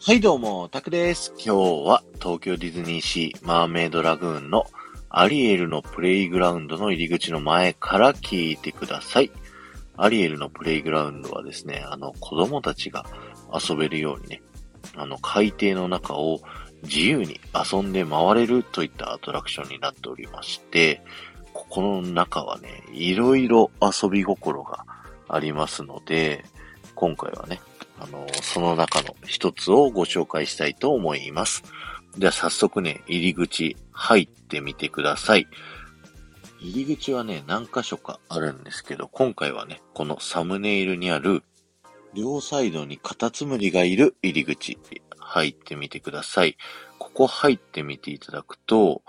はいどうも、タクです。今日は東京ディズニーシーマーメイドラグーンのアリエルのプレイグラウンドの入り口の前から聞いてください。アリエルのプレイグラウンドはですね、子供たちが遊べるようにね、海底の中を自由に遊んで回れるといったアトラクションになっておりまして、ここの中はね、いろいろ遊び心がありますので、今回はね、その中の一つをご紹介したいと思います。では早速ね、入り口入ってみてください。入り口はね、何箇所かあるんですけど、今回はね、このサムネイルにある両サイドにカタツムリがいる入り口、入ってみてください。ここ入ってみていただくと、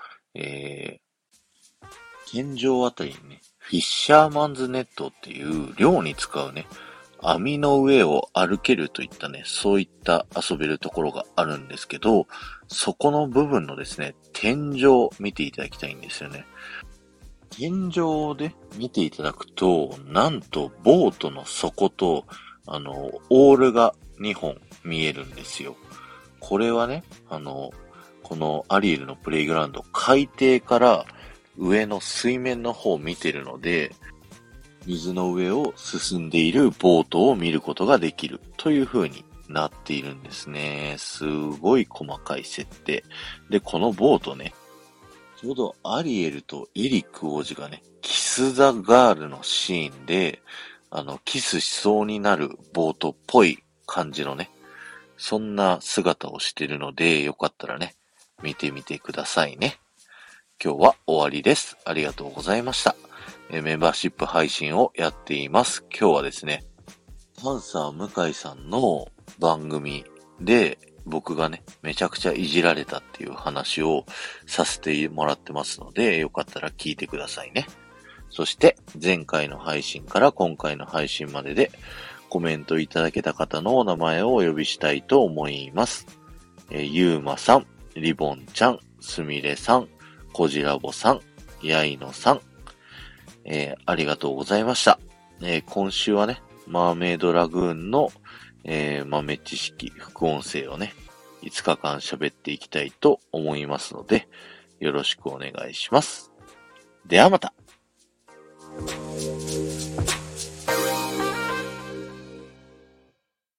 天井あたりにね、フィッシャーマンズネットっていう漁に使うね、網の上を歩けるといったね、そういった遊べるところがあるんですけど、そこの部分のですね、天井を見ていただきたいんですよね。天井で見ていただくと、なんとボートの底と、オールが2本見えるんですよ。これはね、このアリエルのプレイグラウンド、海底から上の水面の方を見てるので、水の上を進んでいるボートを見ることができるという風になっているんですね。すごい細かい設定。で、このボートね、ちょうどアリエルとエリック王子がね、キス・ザ・ガールのシーンで、キスしそうになるボートっぽい感じのね、そんな姿をしているので、よかったらね、見てみてくださいね。今日は終わりです。ありがとうございました。メンバーシップ配信をやっています。今日はですね、パンサー向井さんの番組で僕がね、めちゃくちゃいじられたっていう話をさせてもらってますので、よかったら聞いてくださいね。そして前回の配信から今回の配信まででコメントいただけた方のお名前をお呼びしたいと思います。ゆうまさん、リボンちゃん、すみれさん、こじらぼさん、やいのさん、ありがとうございました。今週はね、マーメイドラグーンの、豆知識、副音声をね、5日間喋っていきたいと思いますので、よろしくお願いします。ではまた。